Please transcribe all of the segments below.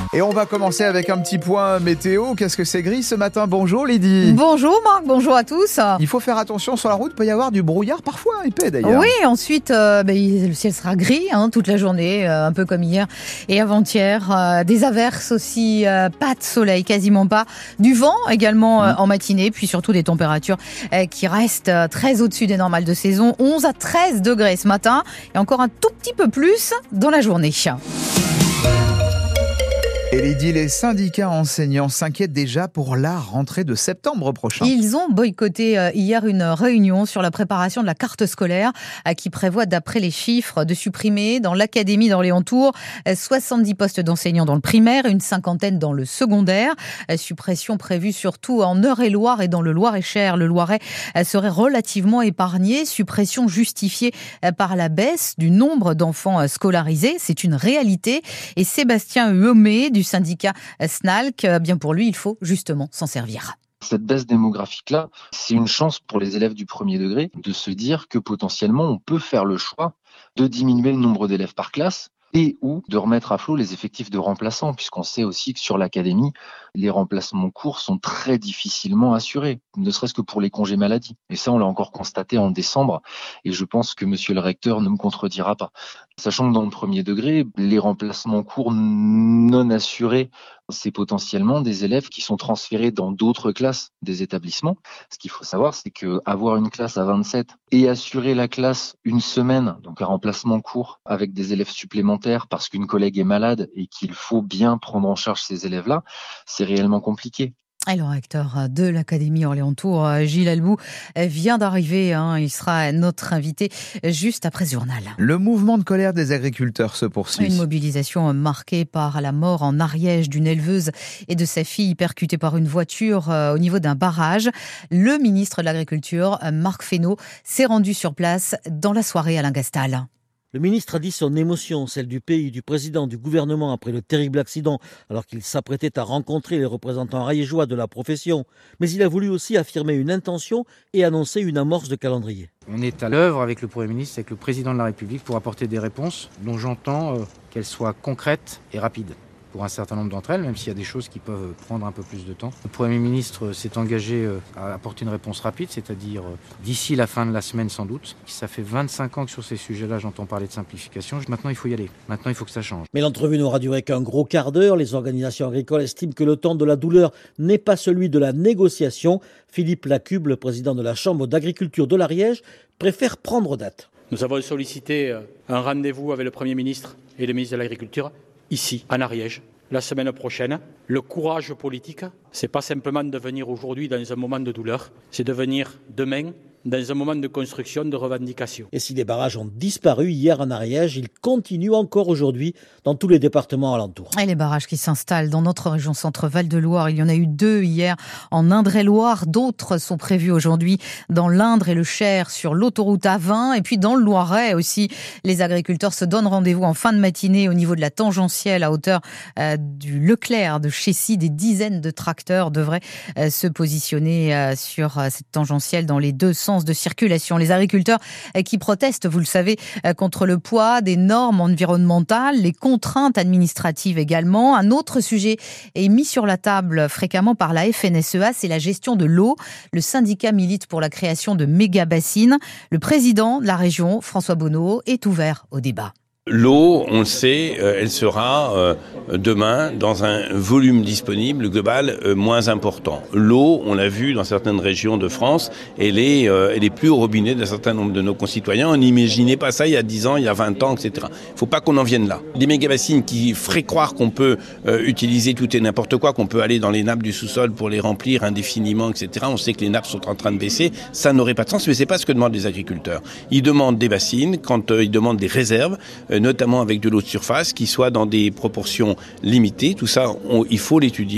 Et on va commencer avec un petit point météo. Qu'est-ce que c'est gris ce matin? Bonjour Lydie. Bonjour Marc, bonjour à tous. Il faut faire attention sur la route, il peut y avoir du brouillard parfois épais d'ailleurs. Oui, ensuite le ciel sera gris toute la journée, un peu comme hier et avant-hier. Des averses aussi, pas de soleil, quasiment pas. Du vent également en matinée, puis surtout des températures qui restent très au-dessus des normales de saison. 11 à 13 degrés ce matin et encore un tout petit peu plus dans la journée. Et Lydie, les syndicats enseignants s'inquiètent déjà pour la rentrée de septembre prochain. Ils ont boycotté hier une réunion sur la préparation de la carte scolaire qui prévoit, d'après les chiffres, de supprimer dans l'académie d'Orléans-Tours 70 postes d'enseignants dans le primaire, une cinquantaine dans le secondaire. Suppression prévue surtout en Eure-et-Loir et dans le Loir-et-Cher. Le Loiret serait relativement épargné. Suppression justifiée par la baisse du nombre d'enfants scolarisés. C'est une réalité. Et Sébastien Huomé du syndicat SNALC, bien pour lui, il faut justement s'en servir. Cette baisse démographique-là, c'est une chance pour les élèves du premier degré de se dire que potentiellement on peut faire le choix de diminuer le nombre d'élèves par classe et ou de remettre à flot les effectifs de remplaçants, puisqu'on sait aussi que sur l'académie, les remplacements courts sont très difficilement assurés, ne serait-ce que pour les congés maladie. Et ça, on l'a encore constaté en décembre, et je pense que monsieur le recteur ne me contredira pas. Sachant que dans le premier degré, les remplacements courts non assurés, c'est potentiellement des élèves qui sont transférés dans d'autres classes des établissements. Ce qu'il faut savoir, c'est que avoir une classe à 27 et assurer la classe une semaine, donc un remplacement court avec des élèves supplémentaires parce qu'une collègue est malade et qu'il faut bien prendre en charge ces élèves-là, c'est réellement compliqué. Et le recteur de l'Académie Orléans-Tours, Gilles Albou, vient d'arriver. Il sera notre invité juste après ce journal. Le mouvement de colère des agriculteurs se poursuit. Une mobilisation marquée par la mort en Ariège d'une éleveuse et de sa fille percutée par une voiture au niveau d'un barrage. Le ministre de l'Agriculture, Marc Fesneau, s'est rendu sur place dans la soirée à Langastal. Le ministre a dit son émotion, celle du pays, du président, du gouvernement après le terrible accident, alors qu'il s'apprêtait à rencontrer les représentants ariégeois de la profession. Mais il a voulu aussi affirmer une intention et annoncer une amorce de calendrier. On est à l'œuvre avec le Premier ministre, avec le Président de la République pour apporter des réponses dont j'entends qu'elles soient concrètes et rapides. Pour un certain nombre d'entre elles, même s'il y a des choses qui peuvent prendre un peu plus de temps. Le Premier ministre s'est engagé à apporter une réponse rapide, c'est-à-dire d'ici la fin de la semaine sans doute. Ça fait 25 ans que sur ces sujets-là, j'entends parler de simplification. Maintenant, il faut y aller. Maintenant, il faut que ça change. Mais l'entrevue n'aura duré qu'un gros quart d'heure. Les organisations agricoles estiment que le temps de la douleur n'est pas celui de la négociation. Philippe Lacube, le président de la Chambre d'agriculture de l'Ariège, préfère prendre date. Nous avons sollicité un rendez-vous avec le Premier ministre et le ministre de l'Agriculture ici, en Ariège, la semaine prochaine. Le courage politique, c'est pas simplement de venir aujourd'hui dans un moment de douleur, c'est de venir demain dans un moment de construction, de revendication. Et si les barrages ont disparu hier en Ariège, ils continuent encore aujourd'hui dans tous les départements alentours. Et les barrages qui s'installent dans notre région Centre-Val de Loire, il y en a eu 2 hier en Indre-et-Loire, d'autres sont prévus aujourd'hui dans l'Indre et le Cher sur l'autoroute A20 et puis dans le Loiret aussi. Les agriculteurs se donnent rendez-vous en fin de matinée au niveau de la tangentielle à hauteur du Leclerc de Chessy. Des dizaines de tracteurs devraient se positionner sur cette tangentielle dans les deux sens de circulation. Les agriculteurs qui protestent, vous le savez, contre le poids des normes environnementales, les contraintes administratives également. Un autre sujet est mis sur la table fréquemment par la FNSEA, c'est la gestion de l'eau. Le syndicat milite pour la création de méga-bassines. Le président de la région, François Bonneau, est ouvert au débat. L'eau, on le sait, elle sera demain dans un volume disponible global moins important. L'eau, on l'a vu dans certaines régions de France, elle est plus au robinet d'un certain nombre de nos concitoyens. On n'imaginait pas ça il y a 10 ans, il y a 20 ans, etc. Il ne faut pas qu'on en vienne là. Des méga-bassines qui feraient croire qu'on peut utiliser tout et n'importe quoi, qu'on peut aller dans les nappes du sous-sol pour les remplir indéfiniment, etc. On sait que les nappes sont en train de baisser. Ça n'aurait pas de sens, mais c'est pas ce que demandent les agriculteurs. Ils demandent des bassines quand ils demandent des réserves, notamment avec de l'eau de surface, qui soit dans des proportions limitées. Tout ça, il faut l'étudier.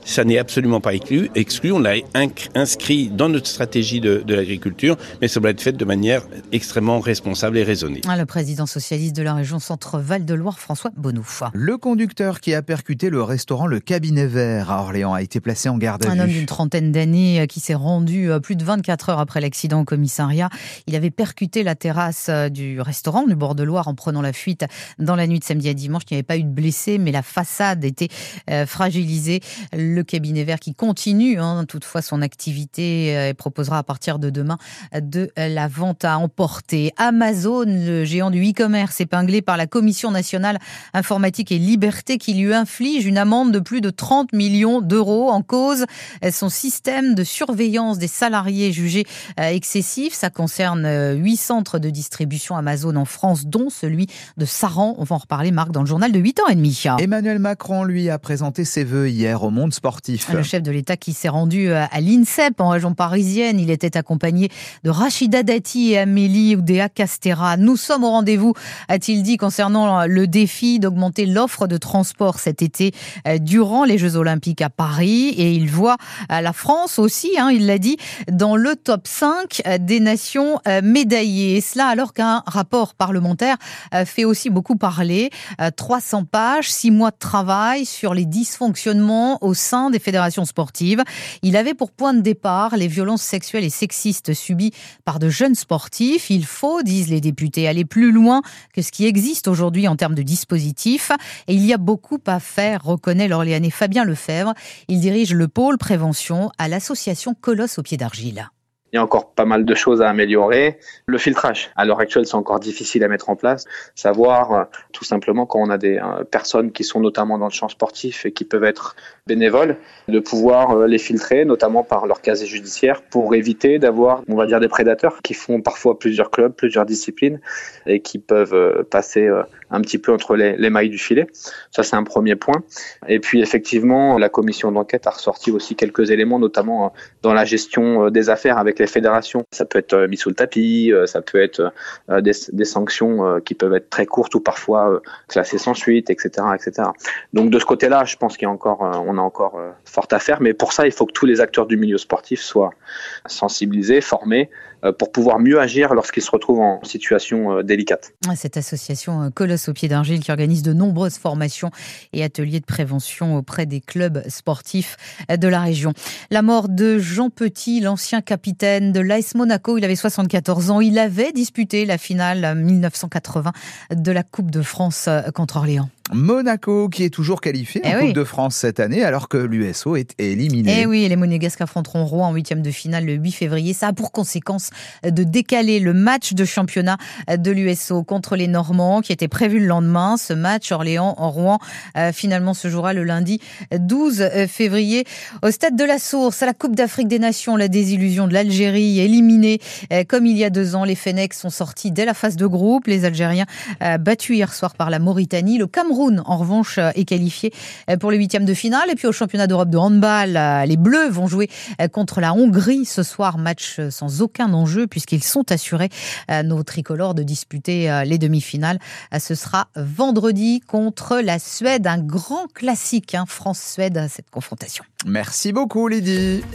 ça n'est absolument pas exclu. On l'a inscrit dans notre stratégie de l'agriculture, mais ça doit être fait de manière extrêmement responsable et raisonnée. Le président socialiste de la région Centre-Val de Loire, François Bonnouf. Le conducteur qui a percuté le restaurant Le Cabinet Vert à Orléans a été placé en garde à vue. Un homme d'une trentaine d'années qui s'est rendu plus de 24 heures après l'accident au commissariat. Il avait percuté la terrasse du restaurant du bord de Loire en prenant la fuite dans la nuit de samedi à dimanche. Il n'y avait pas eu de blessés, mais la façade était fragilisée. Le Cabinet Vert qui continue toutefois son activité et proposera à partir de demain de la vente à emporter. Amazon, le géant du e-commerce, épinglé par la Commission nationale informatique et liberté qui lui inflige une amende de plus de 30 millions d'euros en cause son système de surveillance des salariés jugé excessif. Ça concerne 8 centres de distribution Amazon en France, dont celui de Saran. On va en reparler, Marc, dans le journal de 8h30. Emmanuel Macron, lui, a présenté ses vœux hier au monde sportif. Le chef de l'État qui s'est rendu à l'INSEP en région parisienne. Il était accompagné de Rachida Dati et Amélie Oudéa-Castéra. Nous sommes au rendez-vous, a-t-il dit, concernant le défi d'augmenter l'offre de transport cet été durant les Jeux Olympiques à Paris. Et il voit la France aussi, il l'a dit, dans le top 5 des nations médaillées. Et cela alors qu'un rapport parlementaire fait aussi beaucoup parler. 300 pages, 6 mois de travail sur les dysfonctionnements au sein des fédérations sportives. Il avait pour point de départ les violences sexuelles et sexistes subies par de jeunes sportifs. Il faut, disent les députés, aller plus loin que ce qui existe aujourd'hui en termes de dispositifs. Et il y a beaucoup à faire, reconnaît l'Orléanais Fabien Lefebvre. Il dirige le pôle prévention à l'association Colosse au pied d'argile. Il y a encore pas mal de choses à améliorer. Le filtrage, à l'heure actuelle, c'est encore difficile à mettre en place. Savoir, tout simplement, quand on a des personnes qui sont notamment dans le champ sportif et qui peuvent être bénévoles, de pouvoir les filtrer, notamment par leur casier judiciaire, pour éviter d'avoir, on va dire, des prédateurs qui font parfois plusieurs clubs, plusieurs disciplines et qui peuvent passer un petit peu entre les mailles du filet. Ça, c'est un premier point. Et puis, effectivement, la commission d'enquête a ressorti aussi quelques éléments, notamment dans la gestion des affaires avec les fédérations. Ça peut être mis sous le tapis, ça peut être des sanctions qui peuvent être très courtes ou parfois classées sans suite, etc., etc. Donc, de ce côté-là, je pense qu'il y a encore, on a encore fort à faire. Mais pour ça, il faut que tous les acteurs du milieu sportif soient sensibilisés, formés, pour pouvoir mieux agir lorsqu'ils se retrouvent en situation délicate. Cette association Colosse au pied d'argile qui organise de nombreuses formations et ateliers de prévention auprès des clubs sportifs de la région. La mort de Jean Petit, l'ancien capitaine de l'AS Monaco, il avait 74 ans. Il avait disputé la finale 1980 de la Coupe de France contre Orléans. Monaco qui est toujours qualifié en Coupe de France cette année alors que l'USO est éliminé. Et oui, les Monégasques affronteront Rouen en 8e de finale le 8 février. Ça a pour conséquence de décaler le match de championnat de l'USO contre les Normands qui était prévu le lendemain. Ce match Orléans-Rouen finalement se jouera le lundi 12 février au stade de la Source. À la Coupe d'Afrique des Nations, la désillusion de l'Algérie éliminée comme il y a 2 ans. Les Fennecs sont sortis dès la phase de groupe. Les Algériens battus hier soir par la Mauritanie. Le Cameroun, en revanche, est qualifié pour les 8e de finale. Et puis au championnat d'Europe de handball, les Bleus vont jouer contre la Hongrie ce soir. Match sans aucun enjeu puisqu'ils sont assurés, nos tricolores, de disputer les demi-finales. Ce sera vendredi contre la Suède. Un grand classique, France-Suède, cette confrontation. Merci beaucoup, Lydie.